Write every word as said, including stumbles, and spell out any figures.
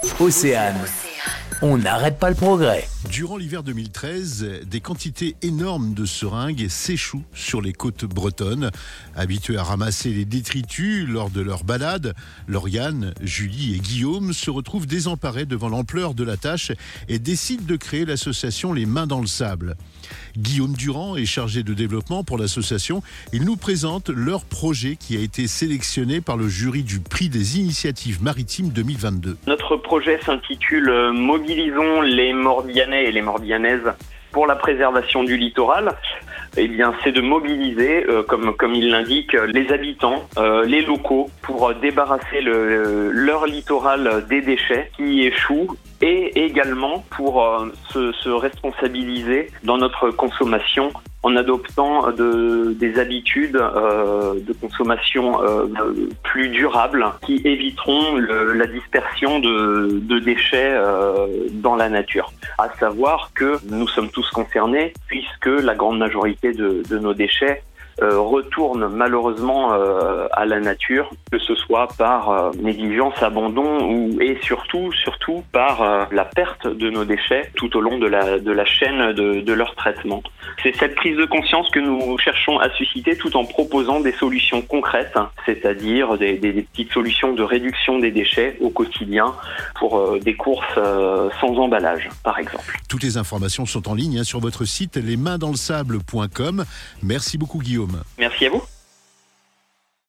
Océane. On n'arrête pas le progrès. Durant l'hiver deux mille treize, des quantités énormes de seringues s'échouent sur les côtes bretonnes. Habitués à ramasser les détritus lors de leur balade, Lauriane, Julie et Guillaume se retrouvent désemparés devant l'ampleur de la tâche et décident de créer l'association Les Mains dans le Sable. Guillaume Durand est chargé de développement pour l'association. Il nous présente leur projet qui a été sélectionné par le jury du prix des initiatives maritimes deux mille vingt-deux. Notre projet s'intitule « Mobilisons les Morbihanais et les Morbihanaises pour la préservation du littoral ». Eh bien, c'est de mobiliser, euh, comme, comme il l'indique, les habitants, euh, les locaux, pour débarrasser le, leur littoral des déchets qui échouent et également pour euh, se, se responsabiliser dans notre consommation en adoptant de, des habitudes euh, de consommation euh, plus durables qui éviteront le, la dispersion de, de déchets euh, dans la nature. À savoir que nous sommes tous concernés puisque la grande majorité de, de nos déchets Euh, retourne malheureusement euh, à la nature, que ce soit par euh, négligence, abandon ou et surtout surtout par euh, la perte de nos déchets tout au long de la de la chaîne de, de leur traitement. C'est cette prise de conscience que nous cherchons à susciter tout en proposant des solutions concrètes, c'est-à-dire des, des, des petites solutions de réduction des déchets au quotidien pour euh, des courses euh, sans emballage, par exemple. Toutes les informations sont en ligne hein, sur votre site les mains dans le sable point com. Merci beaucoup Guillaume. Merci à vous.